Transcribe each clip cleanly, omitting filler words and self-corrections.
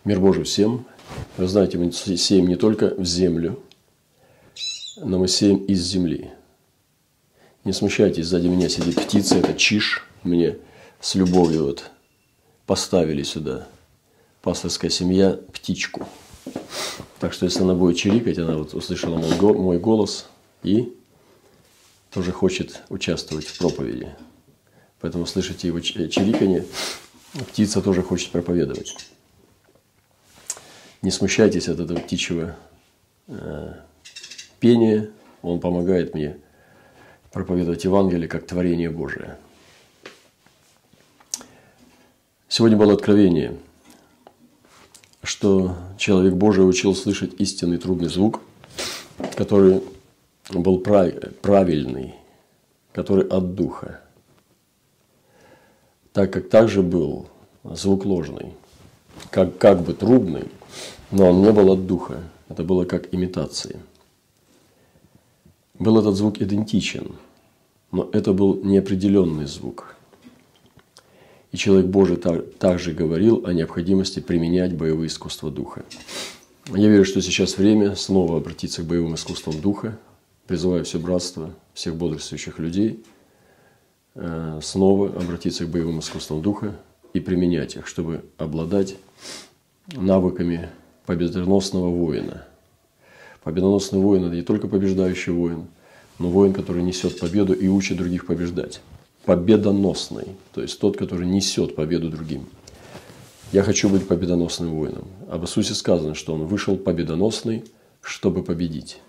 Мир Божий всем. Вы знаете, мы сеем не только в землю, но мы сеем из земли. Не смущайтесь, сзади меня сидит птица, это чиж. Мне с любовью вот поставили сюда, пасторская семья, птичку. Так что, если она будет чирикать, она вот услышала мой голос и тоже хочет участвовать в проповеди. Поэтому слышите его чириканье, птица тоже хочет проповедовать. Не смущайтесь от этого птичьего пения, он помогает мне проповедовать Евангелие как творение Божие. Сегодня было откровение, что человек Божий учил слышать истинный трубный звук, который был правильный, который от Духа. Так как также был звук ложный, как бы трубный, но он не был от Духа. Это было как имитация. Был этот звук идентичен, но это был неопределенный звук. И человек Божий также говорил о необходимости применять боевые искусства Духа. Я верю, что сейчас время снова обратиться к боевым искусствам Духа. Призываю все братство, всех бодрствующих людей снова обратиться к боевым искусствам Духа и применять их, чтобы обладать навыками победоносного воина. Победоносный воин – это не только побеждающий воин, но воин, который несет победу и учит других побеждать. Победоносный, то есть тот, который несет победу другим. Я хочу быть победоносным воином. Об Иисусе сказано, что Он вышел победоносный, чтобы победить.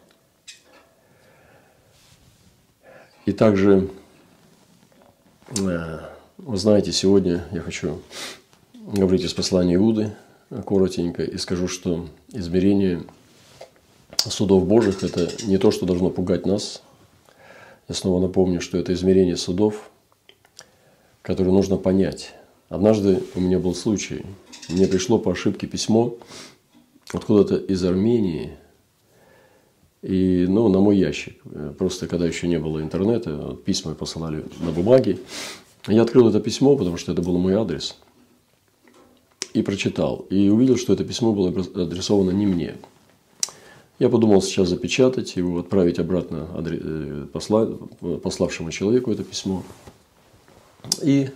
И также, вы знаете, сегодня я хочу говорить из послания Иуды коротенько и скажу, что измерение судов Божьих – это не то, что должно пугать нас. Я снова напомню, что это измерение судов, которые нужно понять. Однажды у меня был случай. Мне пришло по ошибке письмо откуда-то из Армении, и, на мой ящик. Просто когда еще не было интернета, письма посылали на бумаге. Я открыл это письмо, потому что это был мой адрес, и прочитал. И увидел, что это письмо было адресовано не мне. Я подумал сейчас запечатать его, отправить обратно пославшему человеку это письмо. И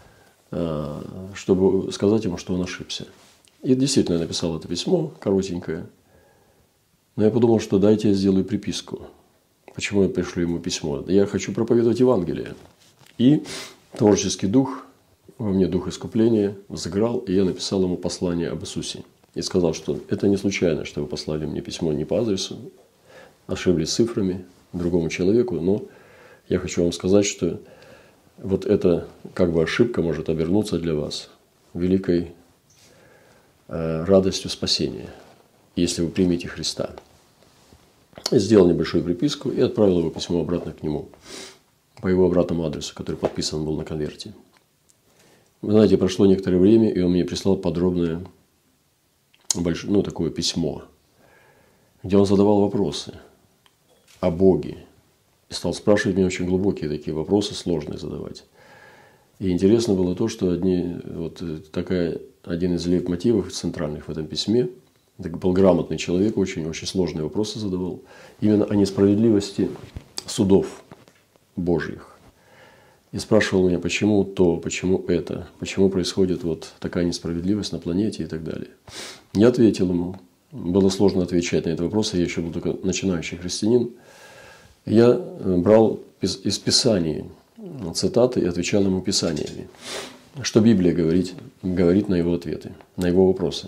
чтобы сказать ему, что он ошибся. И действительно я написал это письмо, коротенькое. Но я подумал, что дайте я сделаю приписку. Почему я пришлю ему письмо? Я хочу проповедовать Евангелие. И творческий дух, во мне дух искупления, взыграл, и я написал ему послание об Иисусе. И сказал, что это не случайно, что вы послали мне письмо не по адресу, ошиблись цифрами другому человеку, но я хочу вам сказать, что вот эта как бы ошибка может обернуться для вас великой радостью спасения, если вы примете Христа. Я сделал небольшую приписку и отправил его письмо обратно к нему, по его обратному адресу, который подписан был на конверте. Вы знаете, прошло некоторое время, и он мне прислал подробное, такое письмо, где он задавал вопросы о Боге. И стал спрашивать меня очень глубокие такие вопросы, сложные задавать. И интересно было то, что один из лейтмотивов центральных в этом письме, это был грамотный человек, очень сложные вопросы задавал, именно о несправедливости судов Божьих. И спрашивал меня, почему то, почему это, почему происходит вот такая несправедливость на планете и так далее. Я ответил ему. Было сложно отвечать на этот вопрос, я еще был только начинающий христианин. Я брал из Писаний цитаты и отвечал ему Писаниями. Что Библия говорит на его ответы, на его вопросы.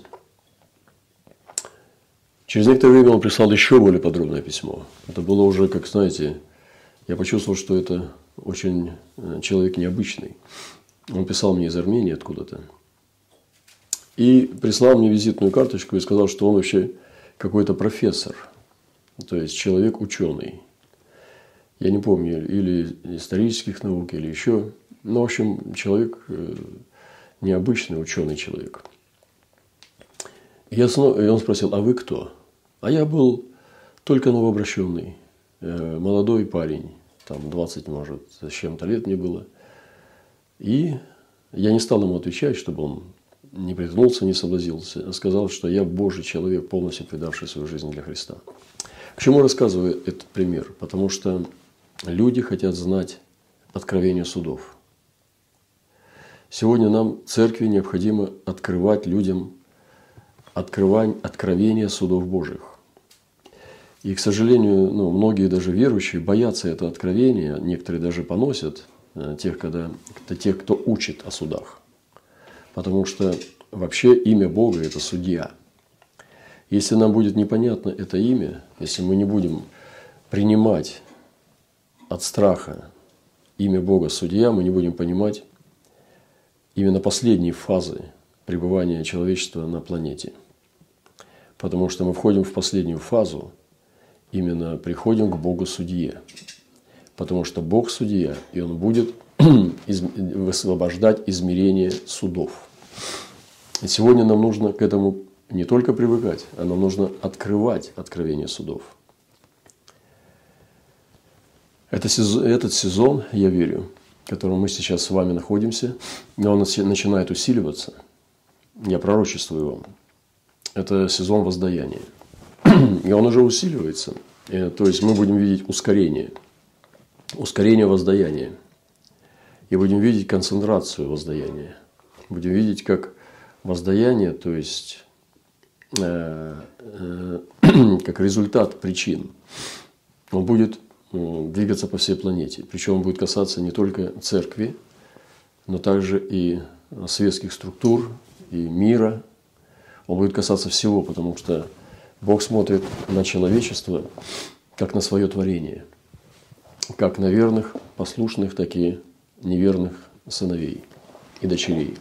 Через некоторое время он прислал еще более подробное письмо. Это было уже, как знаете, я почувствовал, что это очень человек необычный. Он писал мне из Армении откуда-то. И прислал мне визитную карточку и сказал, что он вообще какой-то профессор. То есть человек ученый. Я не помню, или исторических наук, или еще. В общем, человек необычный, ученый человек. И он спросил, а вы кто? А я был только новообращенный, молодой парень, там 20, может, с чем-то лет мне было. И я не стал ему отвечать, чтобы он не приткнулся, не соблазнился, а сказал, что я Божий человек, полностью предавший свою жизнь для Христа. К чему рассказываю этот пример? Потому что люди хотят знать откровение судов. Сегодня нам, церкви, необходимо открывать людям откровение судов Божьих. И, к сожалению, многие даже верующие боятся этого откровения, некоторые даже поносят тех, кто учит о судах. Потому что вообще имя Бога – это судья. Если нам будет непонятно это имя, если мы не будем принимать от страха имя Бога судья, мы не будем понимать именно последние фазы пребывания человечества на планете. Потому что мы входим в последнюю фазу, именно приходим к Богу судье. Потому что Бог судья, и Он будет высвобождать измерение судов. И сегодня нам нужно к этому не только привыкать, а нам нужно открывать откровение судов. Этот сезон, я верю, в котором мы сейчас с вами находимся, он начинает усиливаться. Я пророчествую вам. Это сезон воздаяния. И он уже усиливается. То есть мы будем видеть ускорение воздаяния. И будем видеть концентрацию воздаяния. Будем видеть, как воздаяние, то есть как результат причин, он будет двигаться по всей планете. Причем он будет касаться не только церкви, но также и светских структур, и мира. Он будет касаться всего, потому что Бог смотрит на человечество как на свое творение. Как на верных, послушных, так и неверных сыновей и дочерей.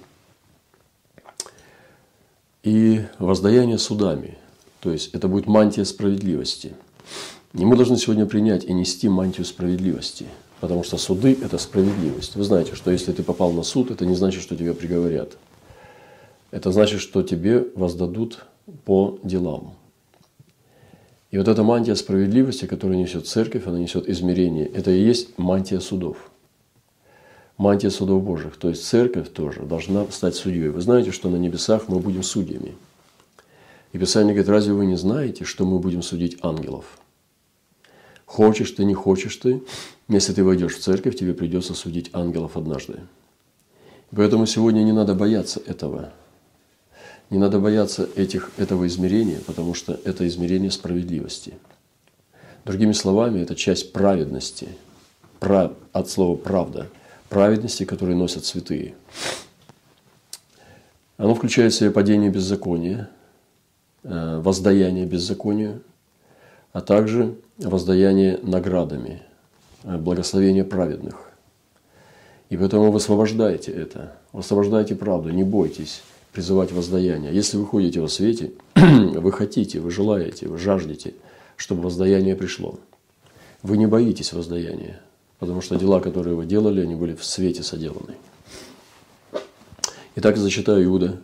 И воздаяние судами. То есть это будет мантия справедливости. И мы должны сегодня принять и нести мантию справедливости. Потому что суды – это справедливость. Вы знаете, что если ты попал на суд, это не значит, что тебя приговорят. Это значит, что тебе воздадут по делам. И вот эта мантия справедливости, которую несет церковь, она несет измерение. Это и есть мантия судов. Мантия судов Божьих. То есть церковь тоже должна стать судьей. Вы знаете, что на небесах мы будем судьями. И Писание говорит, разве вы не знаете, что мы будем судить ангелов? Хочешь ты, не хочешь ты, если ты войдешь в церковь, тебе придется судить ангелов однажды. Поэтому сегодня не надо бояться этого. Не надо бояться этого измерения, потому что это измерение справедливости. Другими словами, это часть праведности, от слова «правда», праведности, которые носят святые. Оно включает в себя падение беззакония, воздаяние беззаконию, а также воздаяние наградами, благословение праведных. И поэтому высвобождайте это, высвобождайте правду, не бойтесь призывать воздаяние. Если вы ходите во свете, вы хотите, вы желаете, вы жаждете, чтобы воздаяние пришло. Вы не боитесь воздаяния, потому что дела, которые вы делали, они были в свете соделаны. Итак, зачитаю Иуда,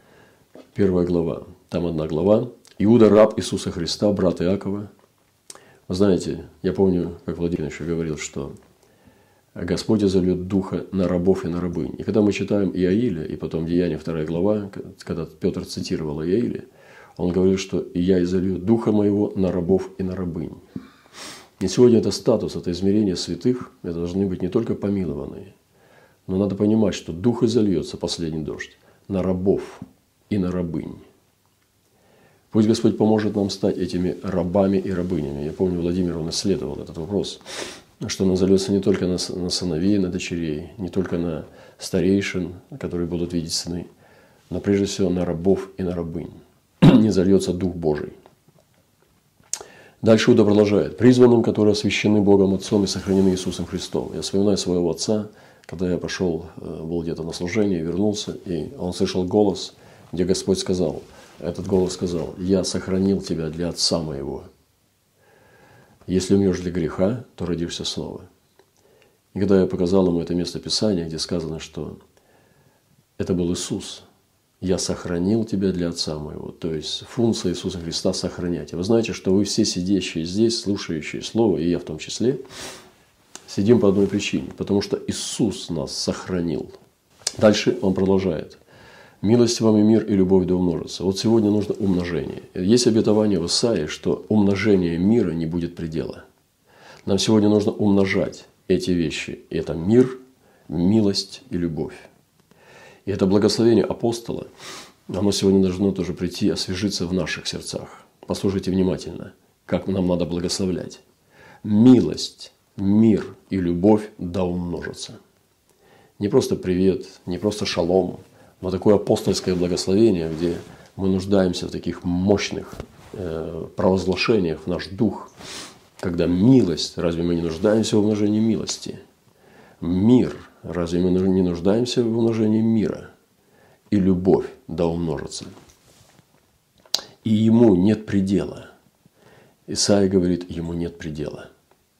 1 глава. Там одна глава. Иуда, раб Иисуса Христа, брат Иакова. Вы знаете, я помню, как Владимир еще говорил, что Господь изольет духа на рабов и на рабынь. И когда мы читаем Иаиля, и потом Деяния 2 глава, когда Петр цитировал Иаиля, он говорил, что «И я изолью духа моего на рабов и на рабынь». И сегодня это статус, это измерение святых, это должны быть не только помилованные, но надо понимать, что дух изольется, последний дождь, на рабов и на рабынь. Пусть Господь поможет нам стать этими рабами и рабынями. Я помню, Владимир, он исследовал этот вопрос, что он зальется не только на сыновей, на дочерей, не только на старейшин, которые будут видеть сны, но прежде всего на рабов и на рабынь. Не зальется Дух Божий. Дальше Иуда продолжает. «Призванным, которые освящены Богом Отцом и сохранены Иисусом Христом». Я вспоминаю своего отца, когда я пошел, был где-то на служение, вернулся, и он слышал голос, где Господь сказал, этот голос сказал, «Я сохранил тебя для Отца моего. Если умрешь для греха, то родишься снова». И когда я показал ему это место Писания, где сказано, что это был Иисус, «Я сохранил тебя для Отца моего». То есть функция Иисуса Христа – сохранять. И вы знаете, что вы все сидящие здесь, слушающие Слово, и я в том числе, сидим по одной причине. Потому что Иисус нас сохранил. Дальше он продолжает. Милость вам и мир, и любовь да умножатся. Вот сегодня нужно умножение. Есть обетование в Исаии, что умножение мира не будет предела. Нам сегодня нужно умножать эти вещи. Это мир, милость и любовь. И это благословение апостола, оно сегодня должно тоже прийти, освежиться в наших сердцах. Послушайте внимательно, как нам надо благословлять. Милость, мир и любовь да умножатся. Не просто привет, не просто шалом, но такое апостольское благословение, где мы нуждаемся в таких мощных провозглашениях в наш дух, когда милость, разве мы не нуждаемся в умножении милости? Мир, разве мы не нуждаемся в умножении мира? И любовь да умножится. И ему нет предела. Исаия говорит, ему нет предела.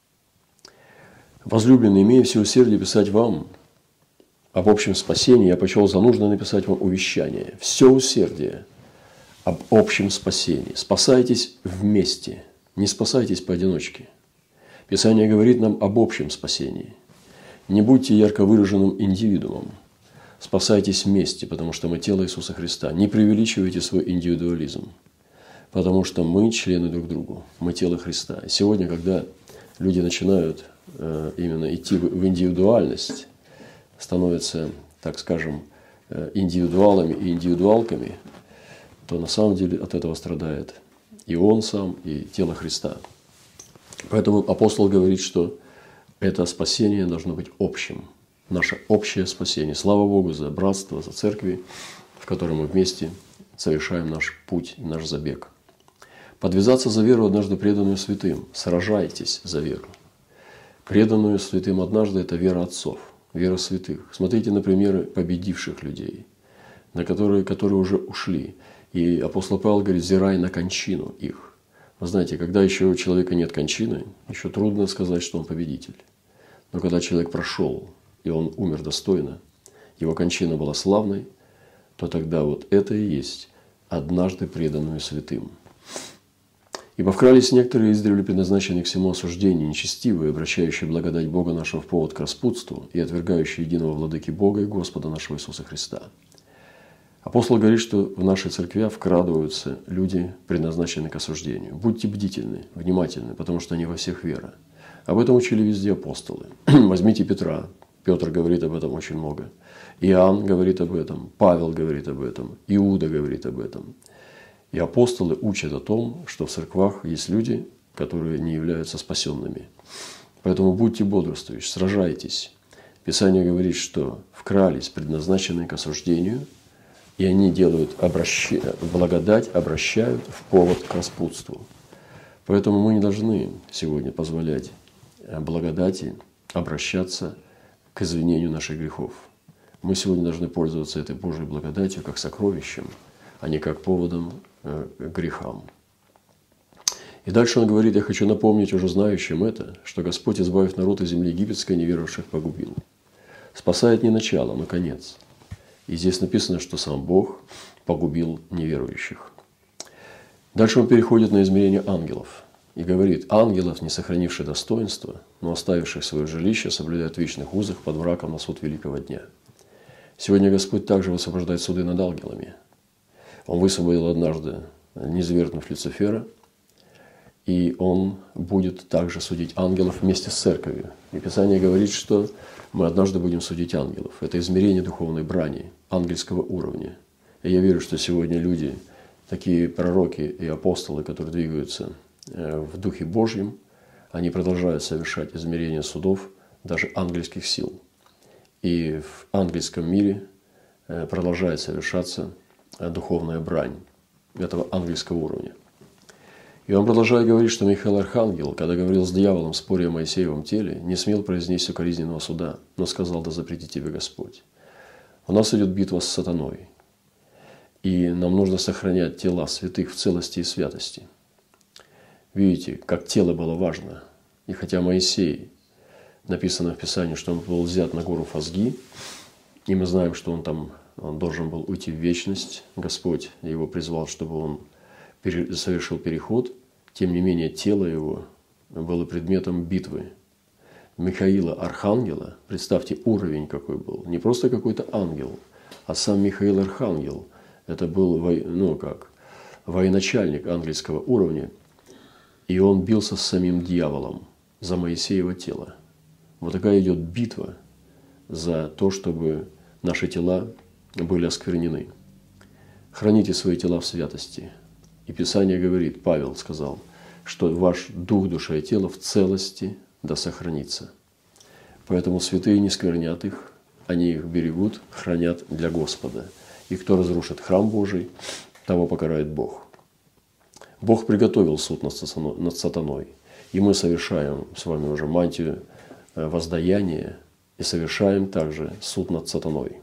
Возлюбленные, имея все усердие писать вам об общем спасении, я почел за нужно написать вам увещание. Все усердие об общем спасении. Спасайтесь вместе, не спасайтесь поодиночке. Писание говорит нам об общем спасении. Не будьте ярко выраженным индивидуумом. Спасайтесь вместе, потому что мы тело Иисуса Христа. Не преувеличивайте свой индивидуализм, потому что мы члены друг другу. Мы тело Христа. И сегодня, когда люди начинают именно идти в индивидуальность, становятся, так скажем, индивидуалами и индивидуалками, то на самом деле от этого страдает и он сам, и тело Христа. Поэтому апостол говорит, что это спасение должно быть общим. Наше общее спасение. Слава Богу за братство, за церкви, в которой мы вместе совершаем наш путь, наш забег. Подвязаться за веру, однажды преданную святым. Сражайтесь за веру. Преданную святым однажды – это вера отцов, вера святых. Смотрите на примеры победивших людей, на которые уже ушли. И апостол Павел говорит, взирай на кончину их. Вы знаете, когда еще у человека нет кончины, еще трудно сказать, что он победитель. Но когда человек прошел, и он умер достойно, его кончина была славной, то тогда вот это и есть однажды преданную святым. Ибо вкрались некоторые издревле предназначенные к всему осуждению, нечестивые, обращающие благодать Бога нашего в повод к распутству и отвергающие единого владыки Бога и Господа нашего Иисуса Христа. Апостол говорит, что в нашей церкви вкрадываются люди, предназначенные к осуждению. Будьте бдительны, внимательны, потому что они во всех вера. Об этом учили везде апостолы. Возьмите Петра. Петр говорит об этом очень много. Иоанн говорит об этом. Павел говорит об этом. Иуда говорит об этом. И апостолы учат о том, что в церквах есть люди, которые не являются спасенными. Поэтому будьте бодрствующие, сражайтесь. Писание говорит, что вкрались, предназначенные к осуждению, и они делают благодать, обращают в повод к распутству. Поэтому мы не должны сегодня позволять благодати обращаться к извинению наших грехов. Мы сегодня должны пользоваться этой Божьей благодатью как сокровищем, а не как поводом к грехам. И дальше он говорит, я хочу напомнить уже знающим это, что Господь, избавив народ из земли египетской, неверующих погубил. Спасает не начало, но конец. И здесь написано, что сам Бог погубил неверующих. Дальше он переходит на измерение ангелов. И говорит, ангелов, не сохранивших достоинства, но оставивших свое жилище, соблюдают в вечных узах под мраком на суд великого дня. Сегодня Господь также высвобождает суды над ангелами. Он высвободил однажды, низвергнув Люцифера, и он будет также судить ангелов вместе с церковью. И Писание говорит, что мы однажды будем судить ангелов. Это измерение духовной брани, ангельского уровня. И я верю, что сегодня люди, такие пророки и апостолы, которые двигаются в Духе Божьем, они продолжают совершать измерения судов даже ангельских сил. И в ангельском мире продолжает совершаться духовная брань этого ангельского уровня. И он продолжает говорить, что Михаил Архангел, когда говорил с дьяволом в споре о Моисеевом теле, не смел произнести укоризненного суда, но сказал, да запретит тебе Господь. У нас идет битва с сатаной. И нам нужно сохранять тела святых в целости и святости. Видите, как тело было важно. И хотя Моисей, написано в Писании, что он был взят на гору Фазги, и мы знаем, что он должен был уйти в вечность, Господь его призвал, чтобы он совершил переход, тем не менее тело его было предметом битвы. Михаила Архангела, представьте, уровень какой был, не просто какой-то ангел, а сам Михаил Архангел, это был военачальник ангельского уровня, и он бился с самим дьяволом за Моисеево тело. Вот такая идет битва за то, чтобы наши тела были осквернены. Храните свои тела в святости. И Писание говорит, Павел сказал, что ваш дух, душа и тело в целости да сохранится. Поэтому святые не сквернят их, они их берегут, хранят для Господа. И кто разрушит храм Божий, того покарает Бог. Бог приготовил суд над сатаной. И мы совершаем с вами уже мантию воздаяния и совершаем также суд над сатаной.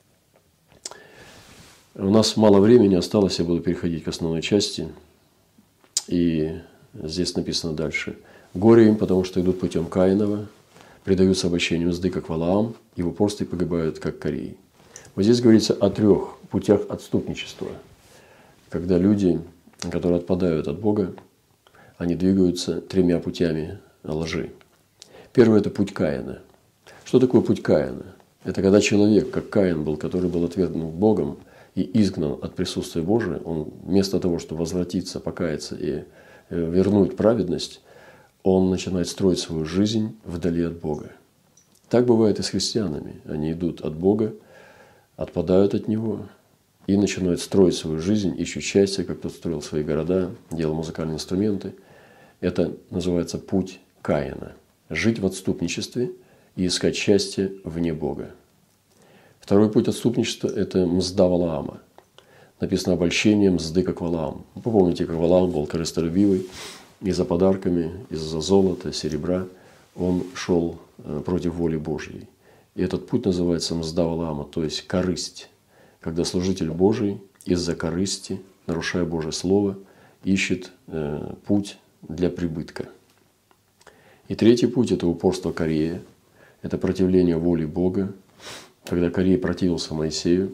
У нас мало времени осталось, я буду переходить к основной части. И здесь написано дальше. «Горе им, потому что идут путем Каинова, предаются обольщению мзды, как Валаам, и в упорстве погибают, как Корей». Вот здесь говорится о 3 путях отступничества. Когда люди, которые отпадают от Бога, они двигаются 3 путями лжи. Первый – это путь Каина. Что такое путь Каина? Это когда человек, как Каин был, который был отвергнут Богом и изгнан от присутствия Божия, он вместо того, чтобы возвратиться, покаяться и вернуть праведность, он начинает строить свою жизнь вдали от Бога. Так бывает и с христианами. Они идут от Бога, отпадают от Него и начинают строить свою жизнь, ищут счастье, как кто-то строил свои города, делал музыкальные инструменты. Это называется путь Каина. Жить в отступничестве и искать счастье вне Бога. Второй путь отступничества – это мзда Валаама. Написано обольщение мзды, как Валаам. Вы помните, как Валаам был корыстолюбивый, и за подарками, из-за золота, серебра он шел против воли Божьей. И этот путь называется мзда Валаама, то есть корысть. Когда служитель Божий из-за корысти, нарушая Божье Слово, ищет путь для прибытка. И третий путь – это упорство Корея, это противление воли Бога. Когда Корей противился Моисею,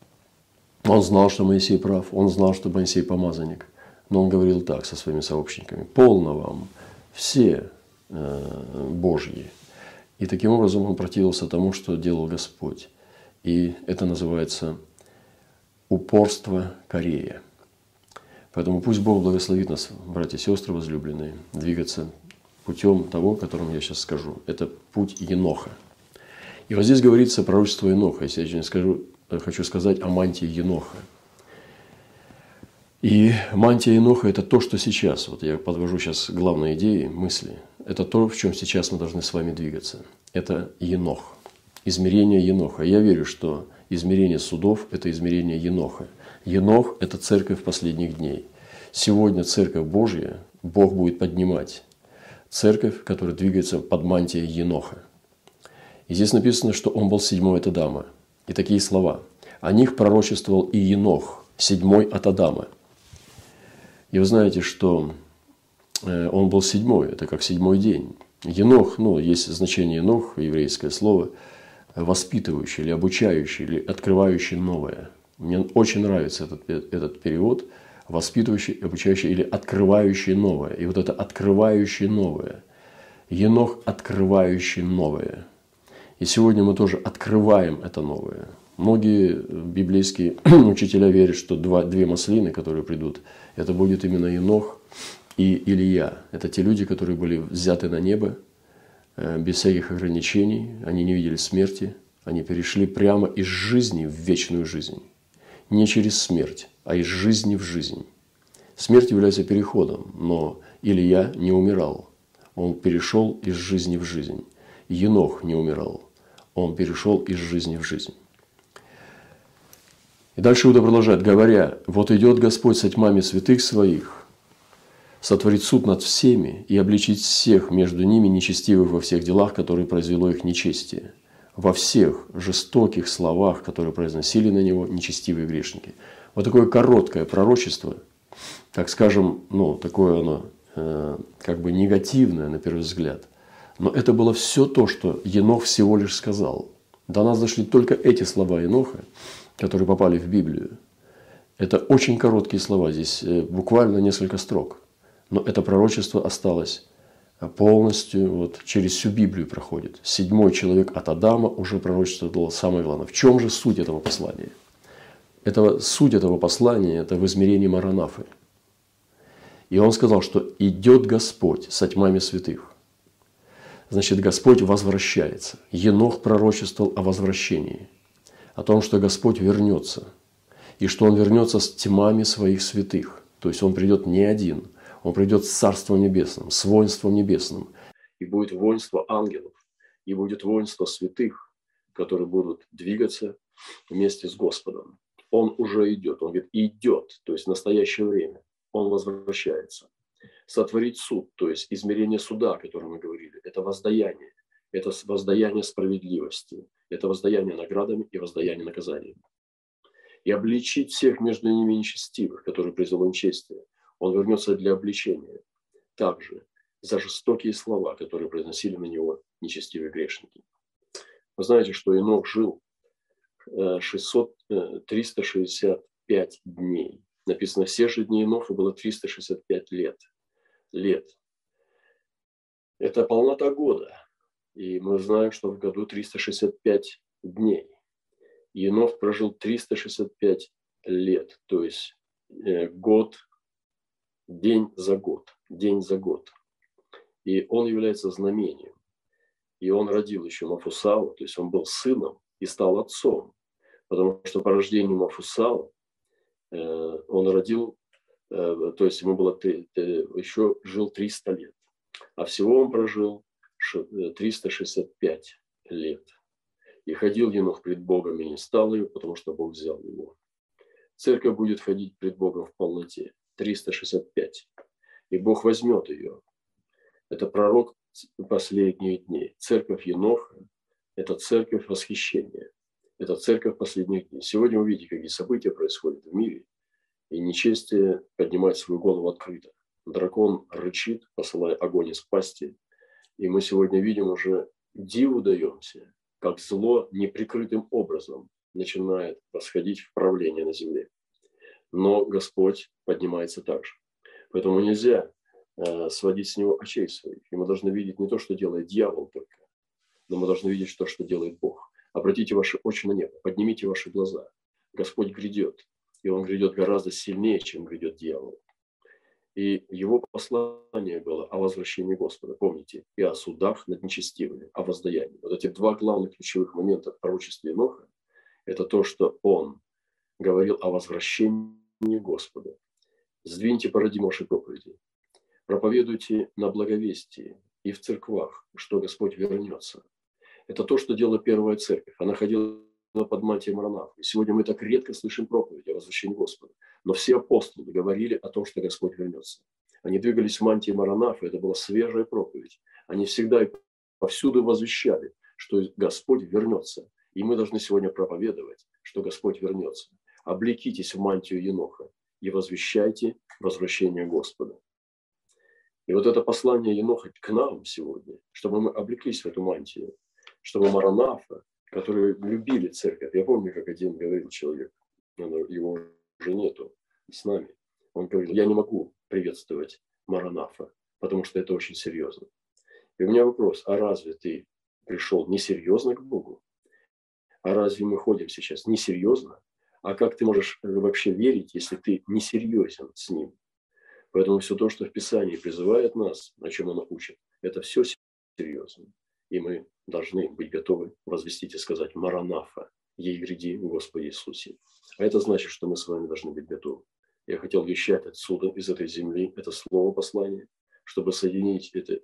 он знал, что Моисей прав, он знал, что Моисей помазанник, но он говорил так со своими сообщниками: «Полно вам, все Божьи». И таким образом он противился тому, что делал Господь. И это называется упорство Корея. Поэтому пусть Бог благословит нас, братья и сестры возлюбленные, двигаться путем того, о котором я сейчас скажу. Это путь Еноха. И вот здесь говорится пророчество Еноха. Если я хочу сказать о мантии Еноха. И мантия Еноха – это то, что сейчас. Вот я подвожу сейчас главные идеи, мысли. Это то, в чем сейчас мы должны с вами двигаться. Это Енох. Измерение Еноха. Я верю, что измерение судов – это измерение Еноха. Енох – это церковь последних дней. Сегодня церковь Божья Бог будет поднимать. Церковь, которая двигается под мантией Еноха. И здесь написано, что он был 7-й от Адама. И такие слова. О них пророчествовал и Енох, 7-й от Адама. И вы знаете, что он был 7-й, это как 7-й день. Енох, есть значение Енох, еврейское слово, воспитывающий или обучающий, или открывающий новое. Мне очень нравится этот перевод, воспитывающий, обучающий или открывающий новое. И вот это открывающий новое. Енох, открывающий новое. И сегодня мы тоже открываем это новое. Многие библейские учителя верят, что две маслины, которые придут, это будет именно Енох и Илия. Это те люди, которые были взяты на небо без всяких ограничений. Они не видели смерти. Они перешли прямо из жизни в вечную жизнь. Не через смерть, а из жизни в жизнь. Смерть является переходом, но Илия не умирал. Он перешел из жизни в жизнь. Енох не умирал. Он перешел из жизни в жизнь. И дальше Иуда продолжает, говоря: «Вот идет Господь со тьмами святых своих, сотворить суд над всеми и обличить всех между ними нечестивых во всех делах, которые произвело их нечестие, во всех жестоких словах, которые произносили на него нечестивые грешники». Вот такое короткое пророчество, так скажем, такое оно как бы негативное на первый взгляд. Но это было все то, что Енох всего лишь сказал. До нас дошли только эти слова Еноха, которые попали в Библию. Это очень короткие слова, здесь буквально несколько строк. Но это пророчество осталось полностью вот через всю Библию проходит. 7-й человек от Адама уже пророчествовал самое главное. В чем же суть этого послания? Суть этого послания – это в измерении Маранафы. И он сказал, что идет Господь со тьмами святых. Значит, Господь возвращается. Енох пророчествовал о возвращении, о том, что Господь вернется, и что Он вернется с тьмами своих святых. То есть Он придет не один, Он придет с Царством Небесным, с воинством небесным. И будет воинство ангелов, и будет воинство святых, которые будут двигаться вместе с Господом. Он уже идет, он говорит, идет, то есть в настоящее время. Он возвращается. Сотворить суд, то есть измерение суда, о котором мы говорили, это воздаяние. Это воздаяние справедливости. Это воздаяние наградами и воздаяние наказаниями. И обличить всех между ними нечестивых, которые произвело нечестие. Он вернется для обличения. Также за жестокие слова, которые произносили на него нечестивые грешники. Вы знаете, что Енох жил 365 дней. Написано, все же дни Еноха было 365 лет. Это полнота года. И мы знаем, что в году 365 дней. Енох прожил 365 лет. То есть год, день за год. И он является знамением. И он родил еще Мафусала, то есть он был сыном и стал отцом. Потому что по рождению Мафусала он родил, то есть ему было, еще жил 300 лет. А всего он прожил 365 лет. И ходил Енох пред Богом и не стал его, потому что Бог взял его. Церковь будет ходить пред Богом в полноте. 365. И Бог возьмет ее. Это пророк последних дней. Церковь Еноха – это церковь восхищения. Это церковь последних дней. Сегодня вы видите, какие события происходят в мире. И нечестие поднимает свою голову открыто. Дракон рычит, посылая огонь из пасти. И мы сегодня видим уже, диву даемся, как зло неприкрытым образом начинает восходить в правление на земле. Но Господь поднимается также. Поэтому нельзя сводить с него очей своих. И мы должны видеть не то, что делает дьявол только, но мы должны видеть то, что делает Бог. Обратите ваши очи на небо, поднимите ваши глаза. Господь грядет, и Он грядет гораздо сильнее, чем грядет дьявол. И его послание было о возвращении Господа, помните, и о судах над нечестивыми, о воздаянии. Вот эти два главных ключевых момента в пророчестве Еноха – это то, что он говорил о возвращении Господа. Сдвиньте парадигму вашей проповеди. Проповедуйте на благовестии и в церквах, что Господь вернется. Это то, что делала первая церковь. Она ходила под мантией Маранафы. Сегодня мы так редко слышим проповеди о возвращении Господа. Но все апостолы говорили о том, что Господь вернется. Они двигались в мантии Маранафы. Это была свежая проповедь. Они всегда и повсюду возвещали, что Господь вернется. И мы должны сегодня проповедовать, что Господь вернется. Облекитесь в мантию Еноха и возвещайте возвращение Господа. И вот это послание Еноха к нам сегодня, чтобы мы облеклись в эту мантию, чтобы Маранафа, которые любили церковь. Я помню, как один говорил человек, его уже нету с нами. Он говорил, я не могу приветствовать Маранафа, потому что это очень серьезно. И у меня вопрос, а разве ты пришел несерьезно к Богу? А разве мы ходим сейчас несерьезно? А как ты можешь вообще верить, если ты несерьезен с Ним? Поэтому все то, что в Писании призывает нас, о чем оно учит, это все серьезно. И мы должны быть готовы возвестить и сказать «Маранафа, ей гряди, Господи Иисусе». А это значит, что мы с вами должны быть готовы. Я хотел вещать отсюда, из этой земли, это слово послание, чтобы соединить этот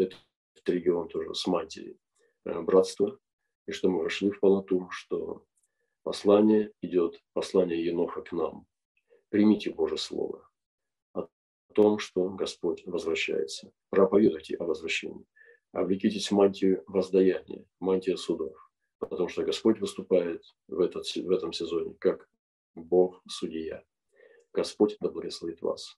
регион тоже с мантией братства, и что мы вошли в полноту, что послание идет, послание Еноха к нам. Примите Божье Слово о том, что Господь возвращается. Проповедуйте о возвращении. Облекитесь в мантию воздаяния, мантия судов, потому что Господь выступает в этом сезоне как Бог-судья. Господь да благословит вас.